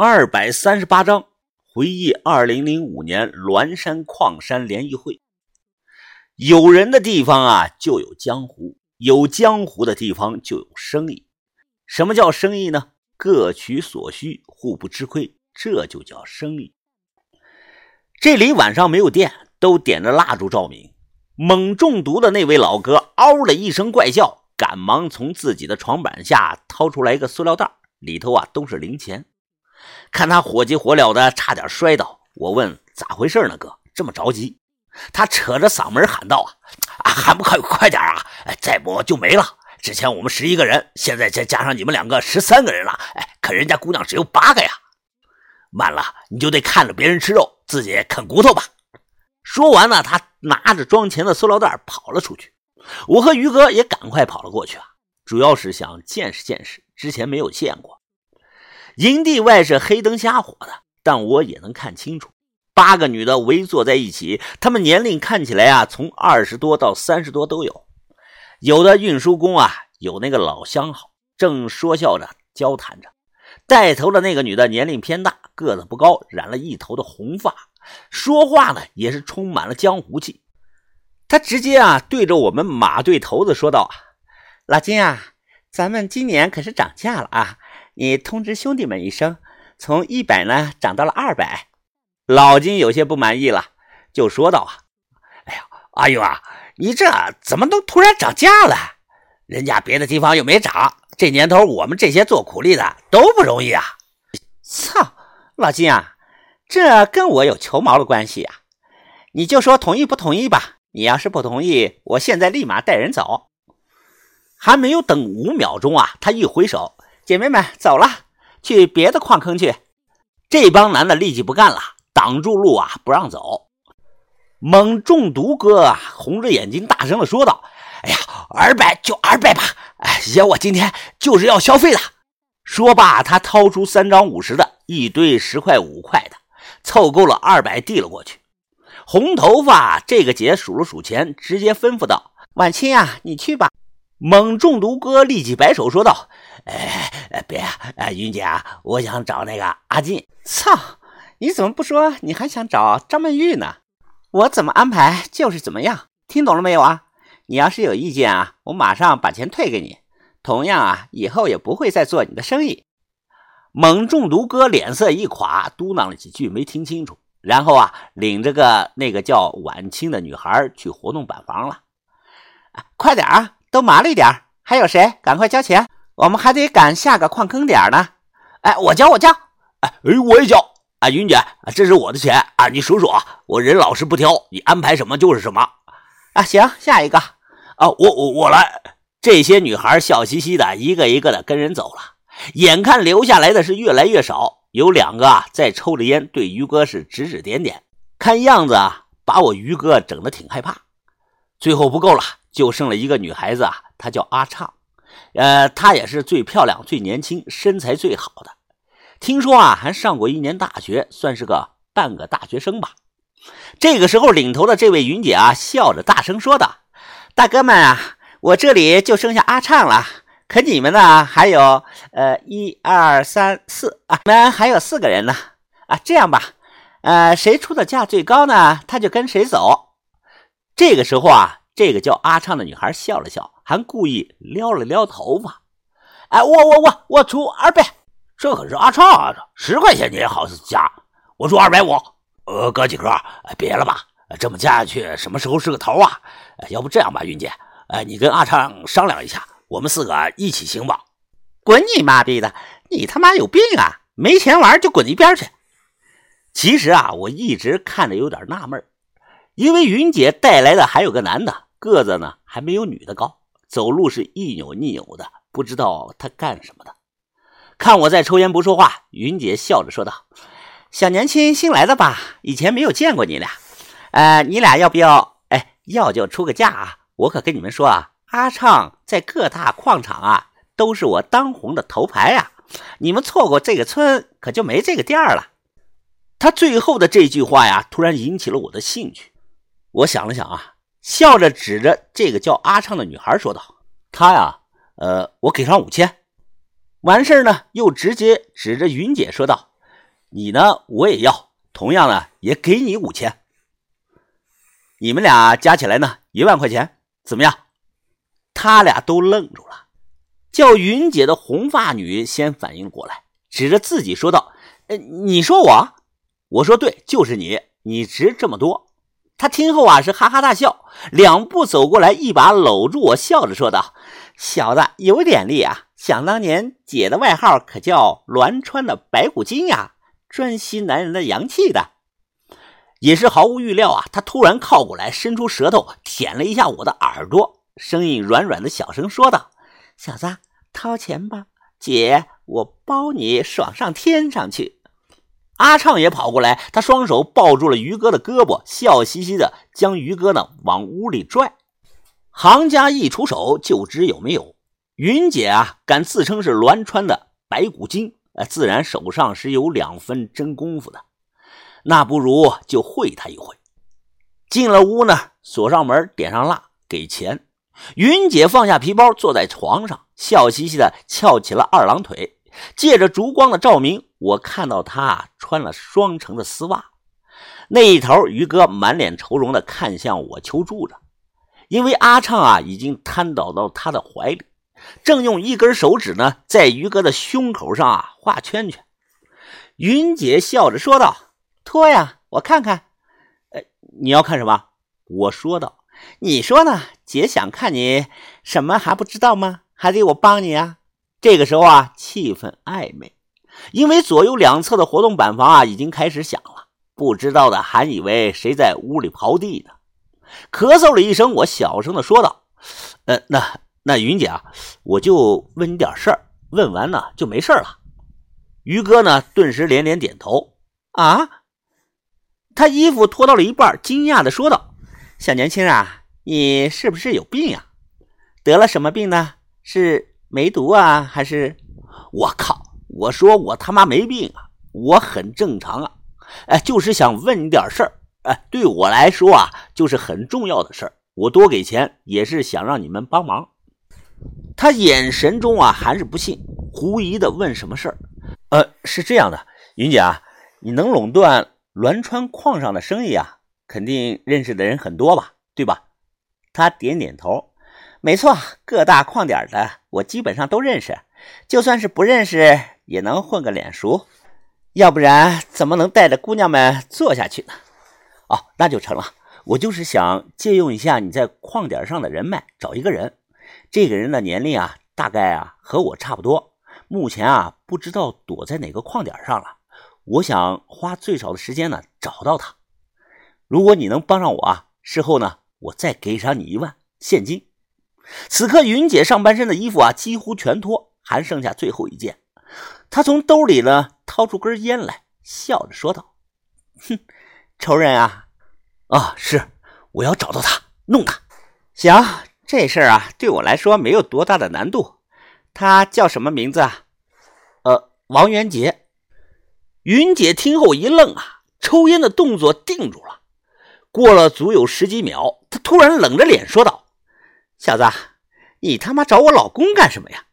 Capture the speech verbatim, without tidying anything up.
二百三十八章回忆二零零五年滦山矿山联谊会。有人的地方啊就有江湖，有江湖的地方就有生意。什么叫生意呢？各取所需，互不吃亏，这就叫生意。这里晚上没有电，都点着蜡烛照明。猛中毒的那位老哥嗷的一声怪叫，赶忙从自己的床板下掏出来一个塑料袋，里头啊都是零钱。看他火急火燎的差点摔倒，我问咋回事呢哥，这么着急？他扯着嗓门喊道啊，还不快快点啊，再不就没了。之前我们十一个人，现在再加上你们两个十三个人了，哎，可人家姑娘只有八个呀。慢了你就得看着别人吃肉，自己啃骨头吧。说完呢，他拿着装钱的塑料袋跑了出去。我和于哥也赶快跑了过去啊，主要是想见识见识，之前没有见过。营地外是黑灯瞎火的，但我也能看清楚，八个女的围坐在一起，她们年龄看起来啊，从二十多到三十多都有。有的运输工啊，有那个老相好，正说笑着交谈着。带头的那个女的年龄偏大，个子不高，染了一头的红发，说话呢也是充满了江湖气。她直接啊对着我们马队头子说道：老金啊，咱们今年可是涨价了啊，你通知兄弟们一声，从一百呢涨到了二百。老金有些不满意了，就说道啊，哎呀，阿勇啊，你这怎么都突然涨价了？人家别的地方又没涨，这年头我们这些做苦力的都不容易啊。操，老金啊，这跟我有球毛的关系啊？你就说同意不同意吧，你要是不同意，我现在立马带人走。还没有等五秒钟啊，他一挥手，姐妹们走了，去别的矿坑去。这帮男的立即不干了，挡住路啊不让走。猛中毒哥啊红着眼睛大声的说道：哎呀，二百就二百吧，哎，爷我今天就是要消费的。说罢他掏出三张五十的，一堆十块五块的，凑够了二百递了过去。红头发这个姐数了数钱，直接吩咐道：婉清啊，你去吧。猛中毒哥立即摆手说道：哎，别啊，云姐啊，我想找那个阿进。操，你怎么不说你还想找张曼玉呢？我怎么安排就是怎么样，听懂了没有啊？你要是有意见啊，我马上把钱退给你，同样啊，以后也不会再做你的生意。猛中毒哥脸色一垮，嘟囔了几句没听清楚，然后啊，领着个那个叫婉清的女孩去活动板房了。啊，快点啊，都麻利点，还有谁？赶快交钱，我们还得赶下个矿坑点呢。哎，我交我交。哎，我也交。啊，云姐，这是我的钱啊，你数数啊，我人老实不挑，你安排什么就是什么。啊，行，下一个。啊，我我我来。这些女孩笑嘻嘻的，一个一个的跟人走了。眼看留下来的是越来越少，有两个啊在抽着烟，对于哥是指指点点，看样子啊把我于哥整得挺害怕。最后不够了，就剩了一个女孩子啊，她叫阿畅，呃，她也是最漂亮、最年轻、身材最好的。听说啊，还上过一年大学，算是个半个大学生吧。这个时候，领头的这位云姐啊，笑着大声说道：大哥们啊，我这里就剩下阿畅了，可你们呢，还有呃一二三四啊，你们还有四个人呢啊，这样吧，呃，谁出的价最高呢，他就跟谁走。这个时候啊，这个叫阿畅的女孩笑了笑，还故意撩了撩头发。哎，我我我我出二百。这可是阿畅啊，十块钱你也好加，我出二百五。呃，哥几个，别了吧，这么加下去，什么时候是个头啊？要不这样吧，云姐，呃，你跟阿畅商量一下，我们四个一起行吧？滚你妈逼的，你他妈有病啊！没钱玩就滚一边去。其实啊，我一直看着有点纳闷，因为云姐带来的还有个男的，个子呢还没有女的高，走路是一扭一扭的，不知道他干什么的。看我在抽烟不说话，云姐笑着说道：小年轻新来的吧，以前没有见过你俩，呃，你俩要不要？哎，要就出个价啊！我可跟你们说啊，阿畅在各大矿场啊都是我当红的头牌啊，你们错过这个村可就没这个店了。他最后的这句话呀，突然引起了我的兴趣。我想了想啊，笑着指着这个叫阿畅的女孩说道：她呀，呃，我给上五千。完事呢，又直接指着云姐说道： 你呢我也要，同样呢也给你五千。你们俩加起来呢一万块钱，怎么样？他俩都愣住了。叫云姐的红发女先反应过来，指着自己说道：呃，你说我？我说对，就是你，你值这么多。他听后啊是哈哈大笑，两步走过来，一把搂住我，笑着说道：小子有点力啊，想当年姐的外号可叫栾川的白骨精呀，专吸男人的阳气的。也是毫无预料啊，他突然靠过来，伸出舌头舔了一下我的耳朵，声音软软的小声说道：小子掏钱吧，姐我包你爽上天上去。阿畅也跑过来，他双手抱住了于哥的胳膊，笑嘻嘻的将于哥呢往屋里拽。行家一出手就知有没有。云姐啊敢自称是栾川的白骨精，呃，自然手上是有两分真功夫的，那不如就会他一会。进了屋呢，锁上门，点上蜡，给钱。云姐放下皮包，坐在床上，笑嘻嘻的翘起了二郎腿。借着烛光的照明，我看到他穿了双层的丝袜。那一头于哥满脸愁容的看向我求助着，因为阿畅啊已经瘫倒到他的怀里，正用一根手指呢在于哥的胸口上啊画圈圈。云姐笑着说道：脱呀，我看看。呃，你要看什么？我说道。你说呢？姐想看你什么还不知道吗？还得我帮你啊。这个时候啊，气氛暧昧，因为左右两侧的活动板房啊已经开始响了，不知道的还以为谁在屋里刨地呢。咳嗽了一声，我小声的说道：呃，那那云姐啊，我就问你点事儿，问完呢就没事了。于哥呢顿时连连点头。啊？他衣服脱到了一半，惊讶的说道：小年轻啊，你是不是有病啊？得了什么病呢？是梅毒啊还是？我靠，我说我他妈没病啊，我很正常啊。哎，就是想问你点事儿，哎，对我来说啊就是很重要的事儿，我多给钱也是想让你们帮忙。他眼神中啊还是不信，狐疑的问什么事儿。呃，是这样的，云姐啊，你能垄断栾川矿上的生意啊，肯定认识的人很多吧，对吧？他点点头。没错，各大矿点的我基本上都认识，就算是不认识也能混个脸熟，要不然怎么能带着姑娘们做下去呢？哦，那就成了。我就是想借用一下你在矿点上的人脉，找一个人。这个人的年龄啊大概啊和我差不多，目前啊不知道躲在哪个矿点上了，我想花最少的时间呢找到他。如果你能帮上我啊，事后呢我再给上你一万现金。此刻云姐上半身的衣服啊几乎全脱，还剩下最后一件。她从兜里呢掏出根烟来，笑着说道：哼，仇人啊。啊，是，我要找到他，弄他。行，这事儿啊对我来说没有多大的难度。他叫什么名字啊？呃，王元杰。云姐听后一愣啊，抽烟的动作定住了。过了足有十几秒，她突然冷着脸说道：小子，你他妈找我老公干什么呀？